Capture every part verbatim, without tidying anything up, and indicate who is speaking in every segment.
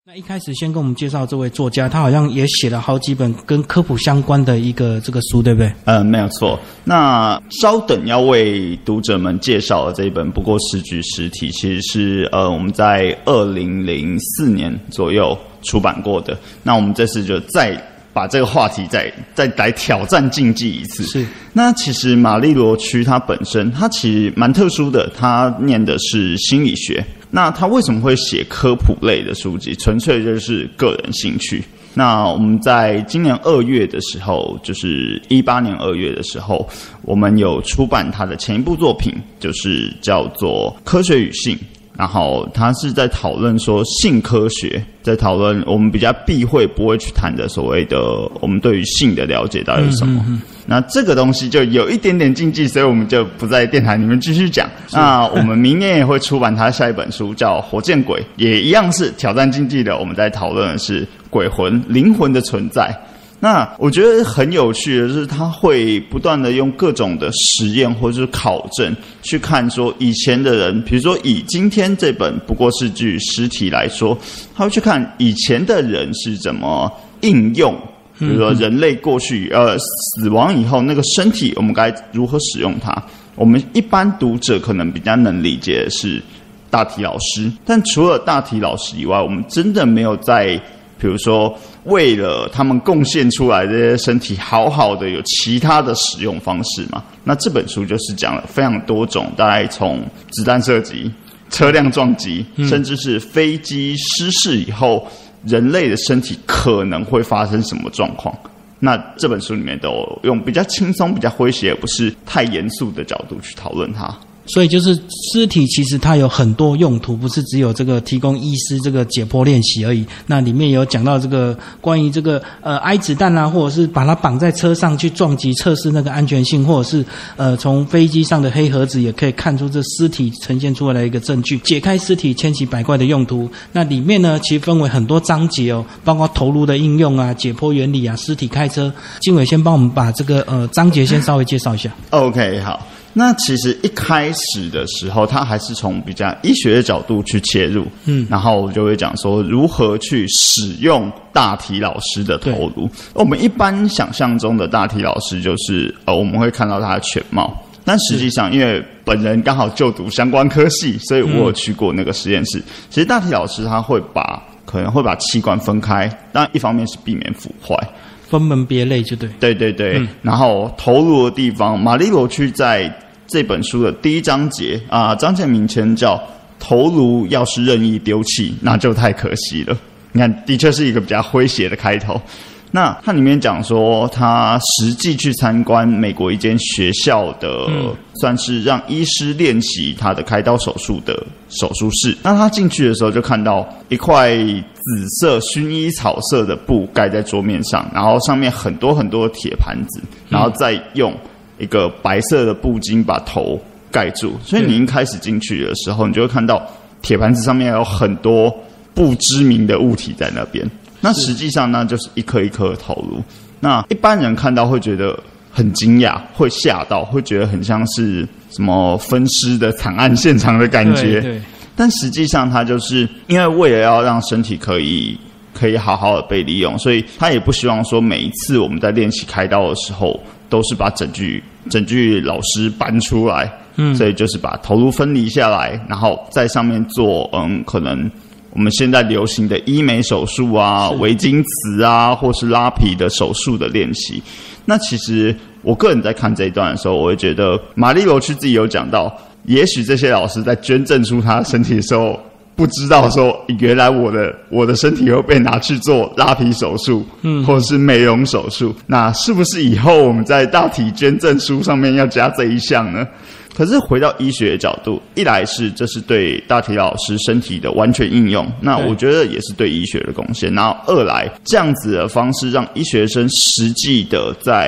Speaker 1: 那一开始先跟我们介绍这位作家，他好像也写了好几本跟科普相关的一个这个书，对不对？
Speaker 2: 呃，没有错。那稍等要为读者们介绍的这一本《不过是具实体》，其实是呃我们在二零零四年左右出版过的。那我们这次就再把这个话题再再来挑战竞技一次。
Speaker 1: 是。
Speaker 2: 那其实玛丽罗区它本身，它其实蛮特殊的，它念的是心理学。那他为什么会写科普类的书籍？纯粹就是个人兴趣。那我们在今年二月的时候，就是一八年二月的时候，我们有出版他的前一部作品，就是叫做《科学与性》。然后他是在讨论说性科学，在讨论我们比较避讳不会去谈的所谓的我们对于性的了解到底是什么。嗯嗯嗯，那这个东西就有一点点禁忌，所以我们就不在电台里面继续讲。那我们明年也会出版他下一本书，叫《火箭鬼》，也一样是挑战禁忌的。我们在讨论的是鬼魂、灵魂的存在。那我觉得很有趣的是，他会不断的用各种的实验或者是考证去看说以前的人，比如说以今天这本不过是具实体来说，他会去看以前的人是怎么应用，比如说人类过去呃死亡以后那个身体我们该如何使用它。我们一般读者可能比较能理解的是大体老师，但除了大体老师以外，我们真的没有在比如说为了他们贡献出来的这些身体好好的有其他的使用方式嘛。那这本书就是讲了非常多种，大概从子弹射击、车辆撞击、嗯、甚至是飞机失事以后人类的身体可能会发生什么状况。那这本书里面都用比较轻松比较诙谐不是太严肃的角度去讨论它。
Speaker 1: 所以就是尸体其实它有很多用途，不是只有这个提供医师这个解剖练习而已。那里面有讲到这个关于这个呃挨子弹啊，或者是把它绑在车上去撞击测试那个安全性，或者是呃从飞机上的黑盒子也可以看出这尸体呈现出来的一个证据，解开尸体千奇百怪的用途。那里面呢其实分为很多章节哦，包括头颅的应用啊、解剖原理啊、尸体开车。经纬先帮我们把这个呃章节先稍微介绍一下。
Speaker 2: OK， 好。那其实一开始的时候，他还是从比较医学的角度去切入，嗯，然后我就会讲说如何去使用大体老师的头颅。我们一般想象中的大体老师就是呃，我们会看到他的全貌，但实际上因为本人刚好就读相关科系，所以我有去过那个实验室。嗯、其实大体老师他会把可能会把器官分开，当然一方面是避免腐坏。
Speaker 1: 分门别类就对，
Speaker 2: 对对对、嗯。然后头颅的地方，玛丽罗区在这本书的第一章节啊、呃，章节名称叫“头颅要是任意丢弃，那就太可惜了”。你看，的确是一个比较诙谐的开头。那它里面讲说，他实际去参观美国一间学校的，嗯、算是让医师练习他的开刀手术的手术室。那他进去的时候就看到一块紫色薰衣草色的布盖在桌面上，然后上面很多很多铁盘子，然后再用一个白色的布巾把头盖住。所以你一开始进去的时候，你就会看到铁盘子上面有很多不知名的物体在那边。那实际上呢，就是一颗一颗的头颅。那一般人看到会觉得很惊讶，会吓到，会觉得很像是什么分尸的惨案现场的感觉。
Speaker 1: 对对。
Speaker 2: 但实际上，它就是因为为了要让身体可以可以好好的被利用，所以他也不希望说每一次我们在练习开刀的时候，都是把整具整具老师搬出来。嗯。所以就是把头颅分离下来，然后在上面做嗯可能。我们现在流行的医美手术啊、微晶瓷啊，或是拉皮的手术的练习。那其实我个人在看这一段的时候，我会觉得玛丽罗区自己有讲到，也许这些老师在捐赠出他的身体的时候，不知道说原来我的我的身体会被拿去做拉皮手术，嗯，或者是美容手术。那是不是以后我们在大体捐赠书上面要加这一项呢？可是回到医学的角度，一来是这是对大体老师身体的完全应用，那我觉得也是对医学的贡献。然后二来这样子的方式让医学生实际的在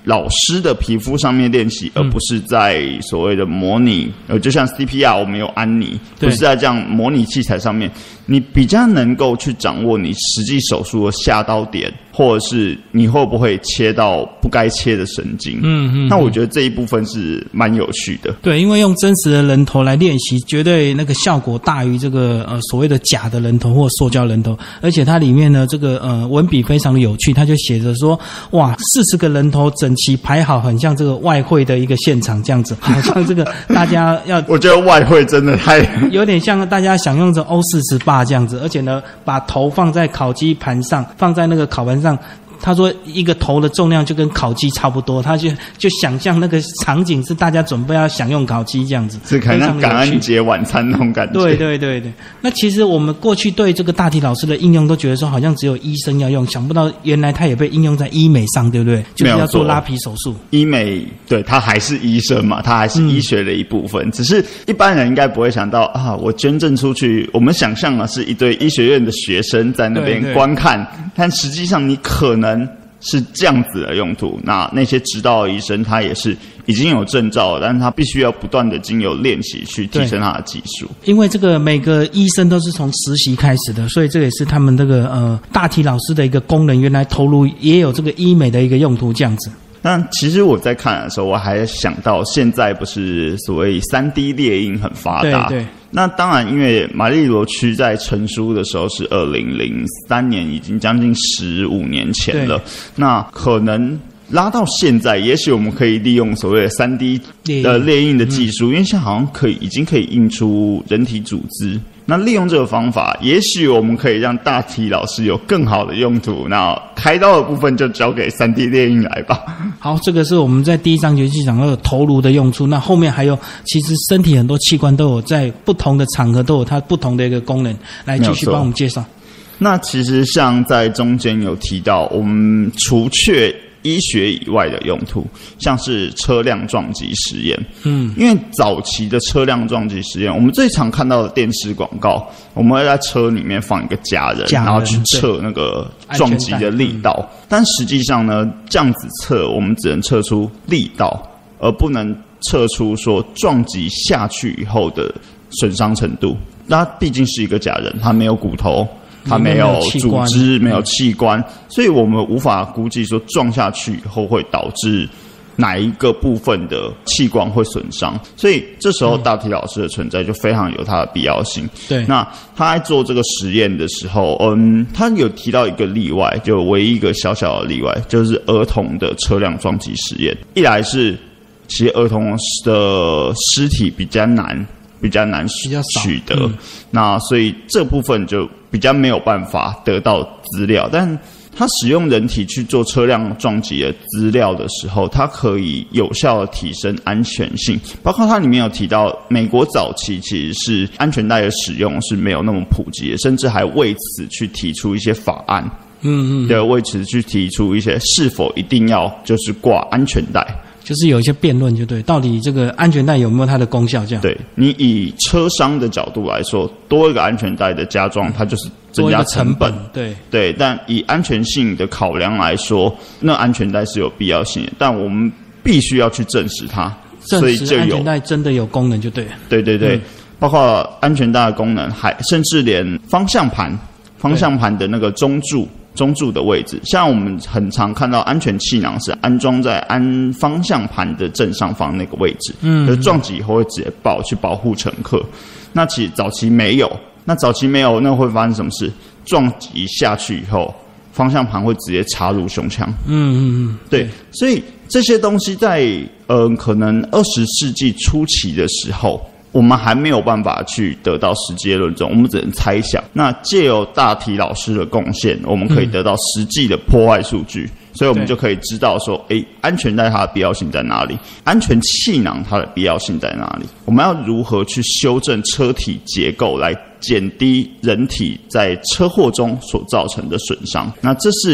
Speaker 2: 老师的皮肤上面练习，而不是在所谓的模拟，呃，就像 C P R 我们有安妮，不是在这样模拟器材上面，你比较能够去掌握你实际手术的下刀点，或者是你会不会切到不该切的神经。嗯嗯，那我觉得这一部分是蛮有趣的。
Speaker 1: 对，因为用真实的人头来练习，绝对那个效果大于这个呃所谓的假的人头或塑胶人头，而且它里面呢这个呃文笔非常的有趣，它就写着说，哇，四十个人头整齐排好，很像这个外汇的一个现场这样子，好像这个大家要，
Speaker 2: 我觉得外汇真的太
Speaker 1: 有点像大家享用着欧式 S P A 这样子，而且呢，把头放在烤鸡盘上，放在那个烤盘上。他说一个头的重量就跟烤鸡差不多，他就就想象那个场景是大家准备要享用烤鸡这样子，
Speaker 2: 是可能感恩节晚餐那种感觉。
Speaker 1: 对对对对，那其实我们过去对这个大体老师的应用都觉得说好像只有医生要用，想不到原来他也被应用在医美上，对不对？就是要做拉皮手术。
Speaker 2: 医美对他还是医生嘛，他还是医学的一部分，嗯、只是一般人应该不会想到啊，我捐赠出去，我们想象的是一堆医学院的学生在那边观看，但实际上你可能。是这样子的用途，那那些指导的医生他也是已经有证照，但是他必须要不断的经由练习去提升他的技术。
Speaker 1: 因为这个每个医生都是从实习开始的，所以这也是他们这个呃大体老师的一个功能，原来投入也有这个医美的一个用途这样子。
Speaker 2: 那其实我在看的时候，我还想到现在不是所谓 三 D 列印很发达，
Speaker 1: 对对。
Speaker 2: 那当然，因为玛丽罗区在成书的时候是二零零三年，已经将近十五年前了。那可能拉到现在，也许我们可以利用所谓的 三 D 的列印的技术，嗯、因为现在好像可以已经可以印出人体组织。那利用这个方法，也许我们可以让大体老师有更好的用途。那开刀的部分就交给 三 D 列印来吧。
Speaker 1: 好，这个是我们在第一章节讲到有头颅的用处。那后面还有，其实身体很多器官都有在不同的场合都有它不同的一个功能，来继续帮我们介绍。
Speaker 2: 那其实像在中间有提到，我们除却医学以外的用途，像是车辆撞击实验。嗯，因为早期的车辆撞击实验，我们最常看到的电视广告，我们会在车里面放一个假人，
Speaker 1: 假人
Speaker 2: 然后去测那个撞击的力道。嗯、但实际上呢，这样子测，我们只能测出力道，而不能测出说撞击下去以后的损伤程度。那毕竟是一个假人，他没有骨头。它没有组织，没有器官，所以我们无法估计说撞下去以后会导致哪一个部分的器官会损伤。所以这时候大体老师的存在就非常有它的必要性。
Speaker 1: 对，
Speaker 2: 那他在做这个实验的时候，嗯，他有提到一个例外，就唯一一个小小的例外，就是儿童的车辆撞击实验。一来是其实儿童的尸体比较难。比较难取得，嗯、那所以这部分就比较没有办法得到资料。但他使用人体去做车辆撞击的资料的时候，它可以有效的提升安全性。包括它里面有提到，美国早期其实是安全带的使用是没有那么普及的，甚至还为此去提出一些法案。嗯嗯，对，为此去提出一些是否一定要就是挂安全带。
Speaker 1: 就是有一些辩论，就对，到底这个安全带有没有它的功效？这样，
Speaker 2: 对你以车商的角度来说，多一个安全带的加装，它就是增加成本。
Speaker 1: 对
Speaker 2: 对，但以安全性的考量来说，那安全带是有必要性的，但我们必须要去证实它，所以就有
Speaker 1: 安全带真的有功能，就对了。
Speaker 2: 对对对，嗯、包括安全带的功能，还甚至连方向盘、方向盘的那个中柱。中柱的位置，像我们很常看到安全气囊是安装在安方向盘的正上方那个位置，嗯，就是撞击以后会直接爆去保护乘客。那其实早期没有，那早期没有，那会发生什么事？撞击下去以后，方向盘会直接插入胸腔。嗯嗯嗯，对，所以这些东西在呃可能二十世纪初期的时候。我们还没有办法去得到实际的论证，我们只能猜想。那借由大体老师的贡献，我们可以得到实际的破坏数据，嗯、所以我们就可以知道说，诶，安全带它的必要性在哪里？安全气囊它的必要性在哪里？我们要如何去修正车体结构来减低人体在车祸中所造成的损伤？那这是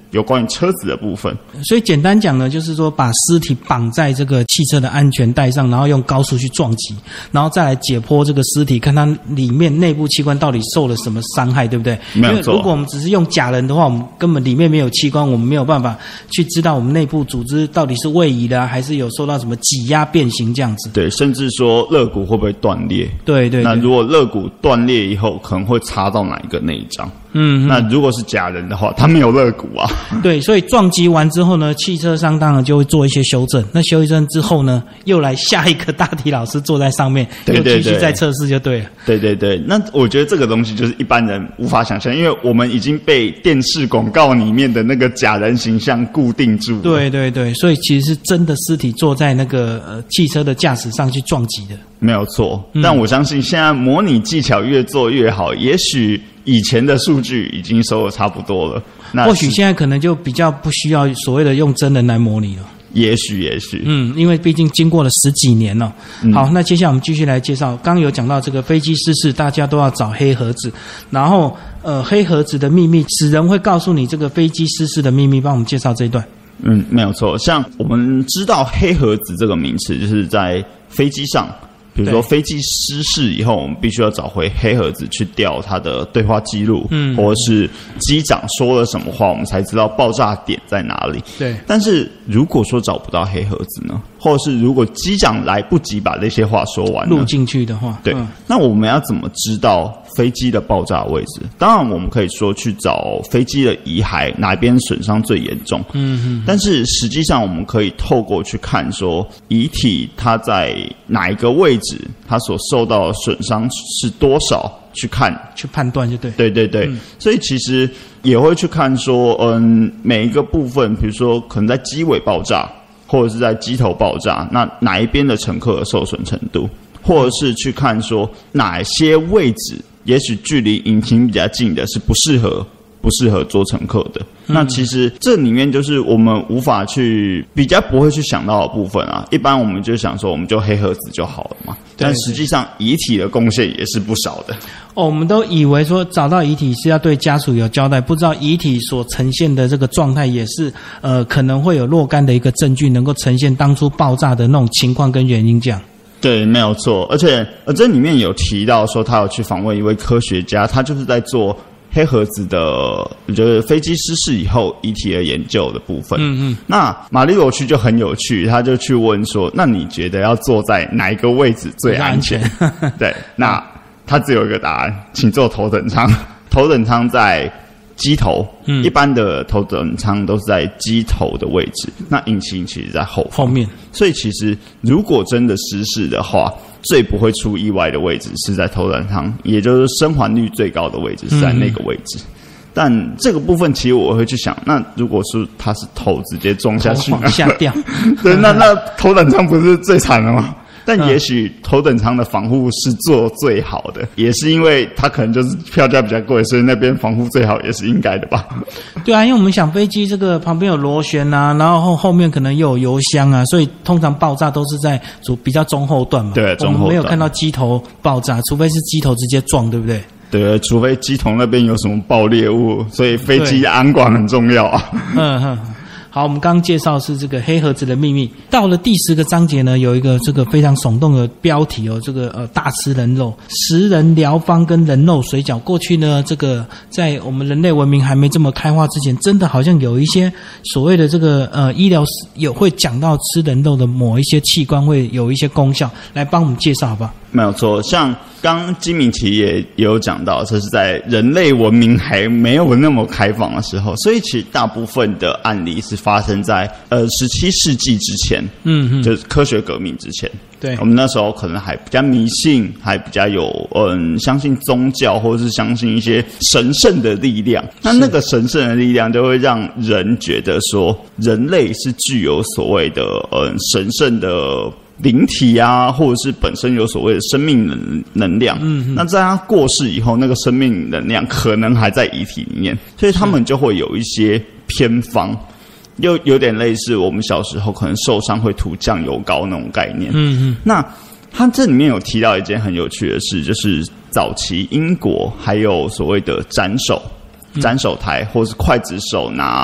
Speaker 2: 有关于车子的部分。
Speaker 1: 所以简单讲呢，就是说把尸体绑在这个汽车的安全带上，然后用高速去撞击，然后再来解剖这个尸体，看它里面内部器官到底受了什么伤害，对不对？
Speaker 2: 没有错。
Speaker 1: 因为如果我们只是用假人的话，我们根本里面没有器官，我们没有办法去知道我们内部组织到底是位移的、啊、还是有受到什么挤压变形这样子。
Speaker 2: 对，甚至说肋骨会不会断裂？
Speaker 1: 对 对, 对。
Speaker 2: 那如果肋骨断裂以后，可能会插到哪一个内脏？嗯，那如果是假人的话，他没有肋骨啊。
Speaker 1: 对，所以撞击完之后呢，汽车商当然就会做一些修正。那修正之后呢，又来下一个大体老师坐在上面，
Speaker 2: 对对对，
Speaker 1: 又继续再测试就对了。
Speaker 2: 对对对，那我觉得这个东西就是一般人无法想象，因为我们已经被电视广告里面的那个假人形象固定住了。
Speaker 1: 对对对，所以其实是真的尸体坐在那个呃汽车的驾驶上去撞击的。
Speaker 2: 没有错，但我相信现在模拟技巧越做越好，也许以前的数据已经收得差不多了，那
Speaker 1: 或许现在可能就比较不需要所谓的用真人来模拟了。
Speaker 2: 也许也许，
Speaker 1: 嗯，因为毕竟经过了十几年了、哦嗯。好，那接下来我们继续来介绍，刚刚有讲到这个飞机失事，大家都要找黑盒子，然后呃，黑盒子的秘密，死人会告诉你这个飞机失事的秘密，帮我们介绍这一段。
Speaker 2: 嗯，没有错，像我们知道黑盒子这个名词，就是在飞机上。比如说飞机失事以后，我们必须要找回黑盒子去调它的对话记录，嗯，或者是机长说了什么话，我们才知道爆炸点在哪里。
Speaker 1: 对，
Speaker 2: 但是如果说找不到黑盒子呢，或者是如果机长来不及把这些话说完
Speaker 1: 录进去的话，
Speaker 2: 对、嗯，那我们要怎么知道飞机的爆炸位置？当然，我们可以说去找飞机的遗骸哪边损伤最严重，嗯哼，但是实际上我们可以透过去看说遗体它在哪一个位置。它所受到的损伤是多少？去看，
Speaker 1: 去判断就对。
Speaker 2: 对对对、嗯，所以其实也会去看说，嗯，每一个部分，比如说可能在机尾爆炸，或者是在机头爆炸，那哪一边的乘客的受损程度，或者是去看说哪些位置，也许距离引擎比较近的是不适合。不适合坐乘客的，那其实这里面就是我们无法去比较不会去想到的部分啊。一般我们就想说，我们就黑盒子就好了嘛。但实际上遗体的贡献也是不少的。
Speaker 1: 哦，我们都以为说找到遗体是要对家属有交代，不知道遗体所呈现的这个状态也是呃可能会有若干的一个证据，能够呈现当初爆炸的那种情况跟原因这样。
Speaker 2: 对，没有错。而且呃这里面有提到说，他有去访问一位科学家，他就是在做。黑盒子的，就是飞机失事以后遗体的研究的部分。嗯嗯。那马利罗区就很有趣，他就去问说：“那你觉得要坐在哪一个位置最安全？”对，那他只有一个答案，请坐头等舱。头等舱在机头，嗯，一般的头等舱都是在机头的位置，那引擎其实在后方
Speaker 1: 后面。所
Speaker 2: 以其实如果真的失事的话，最不会出意外的位置是在头等舱，也就是生还率最高的位置是在那个位置。嗯、但这个部分其实我会去想，那如果是他是头直接撞下去，
Speaker 1: 往下掉，
Speaker 2: 对，那那头等舱不是最惨的吗？但也许头等舱的防护是做最好的，也是因为它可能就是票价比较贵，所以那边防护最好也是应该的吧。
Speaker 1: 对啊，因为我们想飞机这个旁边有螺旋啊，然后后后面可能又有油箱啊，所以通常爆炸都是在主比较中后段嘛。
Speaker 2: 对，中后段。我们
Speaker 1: 没有看到机头爆炸，除非是机头直接撞，对不对？
Speaker 2: 对，除非机头那边有什么爆裂物，所以飞机安管很重要啊。
Speaker 1: 嗯哼。好，我们刚刚介绍是这个黑盒子的秘密。到了第十个章节呢，有一个这个非常耸动的标题哦，这个呃大吃人肉，食人疗方跟人肉水饺。过去呢，这个在我们人类文明还没这么开化之前，真的好像有一些所谓的这个呃医疗有会讲到吃人肉的某一些器官会有一些功效，来帮我们介绍好不好？
Speaker 2: 没有错，像刚金明奇也也有讲到，这是在人类文明还没有那么开放的时候，所以其实大部分的案例是发生在呃十七世纪之前，嗯嗯，就是科学革命之前。
Speaker 1: 对，
Speaker 2: 我们那时候可能还比较迷信，还比较有嗯相信宗教，或者是相信一些神圣的力量。那那个神圣的力量就会让人觉得说，人类是具有所谓的嗯神圣的灵体啊，或者是本身有所谓的生命能能量。嗯，那在他过世以后，那个生命能量可能还在遗体里面，所以他们就会有一些偏方。又有点类似我们小时候可能受伤会涂酱油膏那种概念。嗯嗯。那他这里面有提到一件很有趣的事，就是早期英国还有所谓的斩首、斩首台或是刽子手拿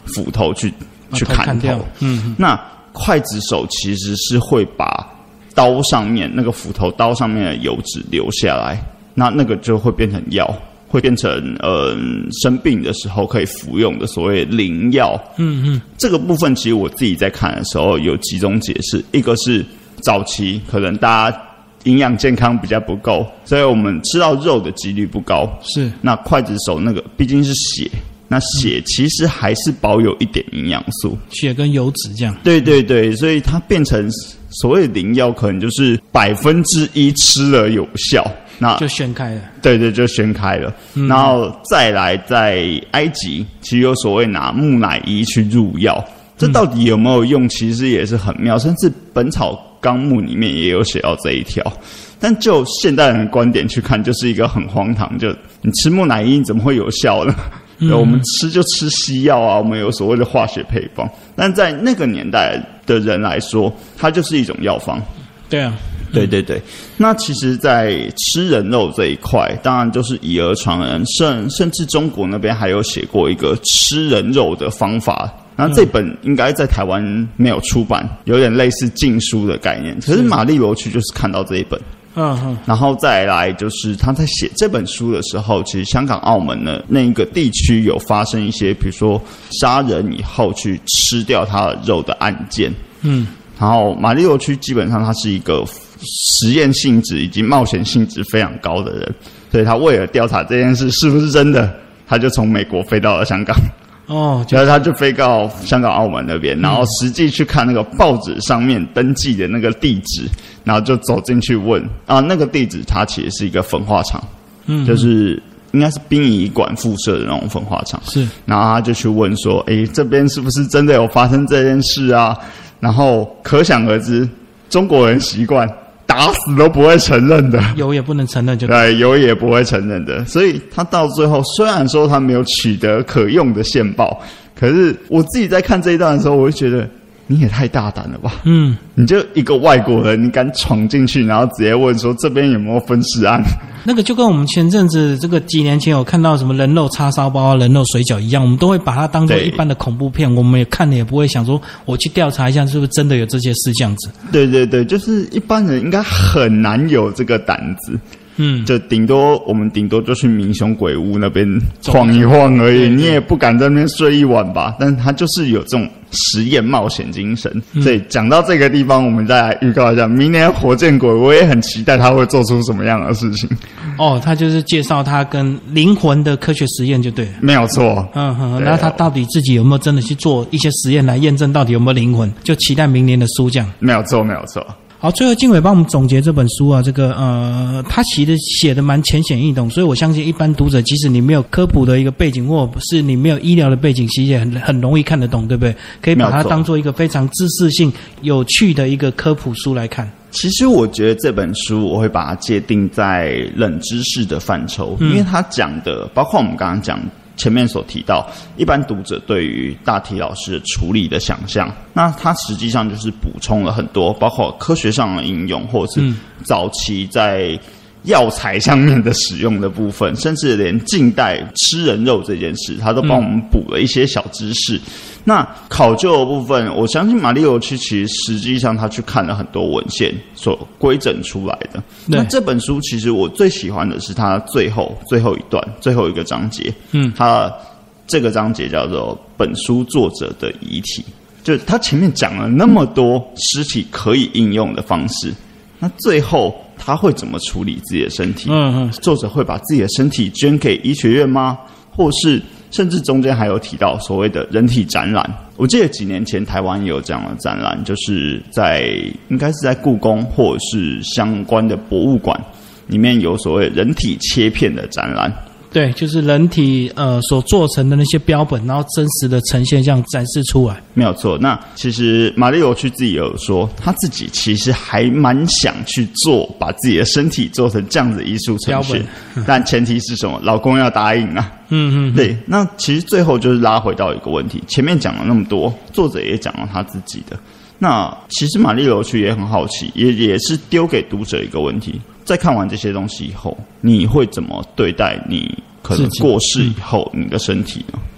Speaker 2: 斧头去去砍头。
Speaker 1: 砍掉嗯，
Speaker 2: 那刽子手其实是会把刀上面那个斧头刀上面的油脂留下来，那那个就会变成药，会变成呃生病的时候可以服用的所谓灵药。
Speaker 1: 嗯嗯，
Speaker 2: 这个部分其实我自己在看的时候有几种解释，一个是早期可能大家营养健康比较不够，所以我们吃到肉的几率不高。
Speaker 1: 是，
Speaker 2: 那刽子手那个毕竟是血，那血其实还是保有一点营养素，
Speaker 1: 血跟油脂这样。
Speaker 2: 对对对，所以它变成所谓的灵药，可能就是百分之一吃了有效，那
Speaker 1: 就宣开了。
Speaker 2: 对对，就宣开了。嗯、然后再来，在埃及其实有所谓拿木乃伊去入药，这到底有没有用？其实也是很妙，甚至《本草纲目》里面也有写到这一条。但就现代人的观点去看，就是一个很荒唐，就你吃木乃伊你怎么会有效呢？嗯、我们吃就吃西药啊，我们有所谓的化学配方。但在那个年代的人来说，它就是一种药方。
Speaker 1: 对啊，
Speaker 2: 对对对。那其实，在吃人肉这一块，当然就是以讹传讹，甚甚至中国那边还有写过一个吃人肉的方法。那这本应该在台湾没有出版，有点类似禁书的概念。可是玛丽罗区就是看到这一本。嗯嗯，然后再来就是他在写这本书的时候，其实香港、澳门呢那个地区有发生一些，比如说杀人以后去吃掉他的肉的案件。嗯，然后玛丽罗区基本上他是一个实验性质以及冒险性质非常高的人，所以他为了调查这件事是不是真的，他就从美国飞到了香港。哦，然后他就飞到香港、澳门那边，然后实际去看那个报纸上面登记的那个地址，然后就走进去问啊，那个地址它其实是一个焚化厂，嗯，就是应该是殡仪馆附设的那种焚化厂，是，然后他就去问说，诶，这边是不是真的有发生这件事啊？然后可想而知，中国人习惯打死都不会承认的，
Speaker 1: 有也不能承认就对，
Speaker 2: 对，有也不会承认的。所以他到最后虽然说他没有取得可用的线报，可是我自己在看这一段的时候，我就觉得你也太大胆了吧。嗯，你就一个外国人，你敢闯进去，然后直接问说这边有没有分尸案？
Speaker 1: 那个就跟我们前阵子这个几年前有看到什么人肉叉烧包、人肉水饺一样，我们都会把它当作一般的恐怖片，我们也看了也不会想说我去调查一下是不是真的有这些事这样子。
Speaker 2: 对对对，就是一般人应该很难有这个胆子。嗯，就顶多我们顶多就去民雄鬼屋那边晃一晃而已，对对，你也不敢在那边睡一晚吧？但他就是有这种实验冒险精神，嗯、所以讲到这个地方，我们再来预告一下，明年火箭鬼，我也很期待他会做出什么样的事情。
Speaker 1: 哦，他就是介绍他跟灵魂的科学实验就对了，
Speaker 2: 没有错。
Speaker 1: 嗯哼，那他到底自己有没有真的去做一些实验来验证到底有没有灵魂？就期待明年的书这样。
Speaker 2: 没有错，没有错。
Speaker 1: 好，最后静伟帮我们总结这本书啊，这个呃，他其实写的蛮浅显易懂，所以我相信一般读者，即使你没有科普的一个背景，或者是你没有医疗的背景，其实也很很容易看得懂，对不对？可以把它当做一个非常知识性、有趣的一个科普书来看。
Speaker 2: 其实我觉得这本书我会把它界定在冷知识的范畴，嗯、因为它讲的，包括我们刚刚讲。前面所提到，一般读者对于大体老师的处理的想象，那它实际上就是补充了很多，包括科学上的应用，或者是早期在药材上面的使用的部分，甚至连近代吃人肉这件事，它都帮我们补了一些小知识。嗯、那考究的部分，我相信玛丽罗区其实实际上他去看了很多文献所规整出来的。那这本书其实我最喜欢的是它最后最后一段最后一个章节，嗯，它这个章节叫做本书作者的遗体，就是他前面讲了那么多尸体可以应用的方式，那最后他会怎么处理自己的身体？嗯嗯，作者会把自己的身体捐给医学院吗？或是甚至中间还有提到所谓的人体展览。我记得几年前台湾也有这样的展览，就是在应该是在故宫或者是相关的博物馆里面有所谓人体切片的展览。
Speaker 1: 对，就是人体呃所做成的那些标本，然后真实的呈现这样展示出来，
Speaker 2: 没有错。那其实玛丽罗区自己有说，他自己其实还蛮想去做，把自己的身体做成这样子的艺术呈现，但前提是什么？老公要答应啊。嗯嗯，对。那其实最后就是拉回到一个问题，前面讲了那么多，作者也讲了他自己的。那其实玛丽罗区也很好奇，也也是丢给读者一个问题。在看完这些东西以后，你会怎么对待你可能过世以后你的身体呢？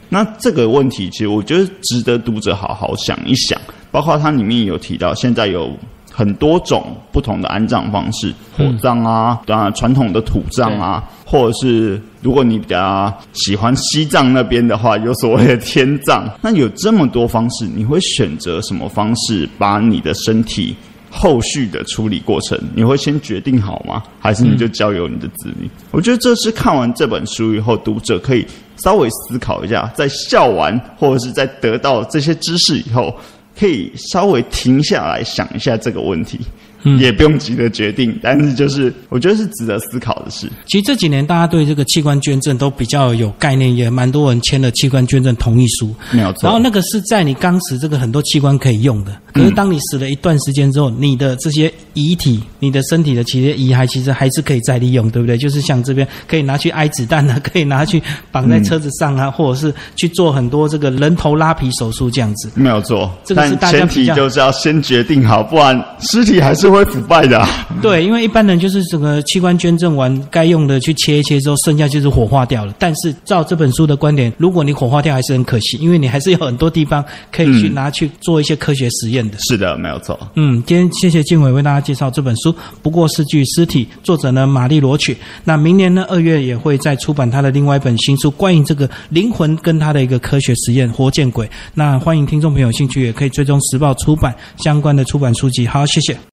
Speaker 2: 那这个问题其实我觉得值得读者好好想一想，包括它里面有提到现在有很多种不同的安葬方式，火葬啊，当然传统的土葬啊，或者是如果你比较喜欢西藏那边的话，有所谓的天葬。那有这么多方式，你会选择什么方式把你的身体后续的处理过程，你会先决定好吗？还是你就交由你的子女？嗯、我觉得这是看完这本书以后，读者可以稍微思考一下，在笑完或者是在得到这些知识以后，可以稍微停下来想一下这个问题。嗯，也不用急着决定，但是就是我觉得是值得思考的事。
Speaker 1: 其实这几年大家对这个器官捐赠都比较有概念，也蛮多人签了器官捐赠同意书。
Speaker 2: 没有错。
Speaker 1: 然后那个是在你刚死这个很多器官可以用的，可是当你死了一段时间之后，你的这些遗体、你的身体的其实遗骸其实还是可以再利用，对不对？就是像这边可以拿去挨子弹啊，可以拿去绑在车子上啊，嗯、或者是去做很多这个人头拉皮手术这样子。
Speaker 2: 没有错。
Speaker 1: 这个是大家
Speaker 2: 但前提就是要先决定好，不然尸体还是会腐败的、啊。
Speaker 1: 对，因为一般人就是整个器官捐赠完该用的去切一切之后，剩下就是火化掉了。但是照这本书的观点，如果你火化掉还是很可惜，因为你还是有很多地方可以去拿去做一些科学实验的。
Speaker 2: 嗯、是的，没有错。
Speaker 1: 嗯，今天谢谢静伟为大家介绍这本书《不过是具尸体》，作者呢玛丽罗曲。那明年呢二月也会再出版他的另外一本新书，关于这个灵魂跟他的一个科学实验活见鬼。那欢迎听众朋友有兴趣也可以追踪时报出版相关的出版书籍。好，谢谢。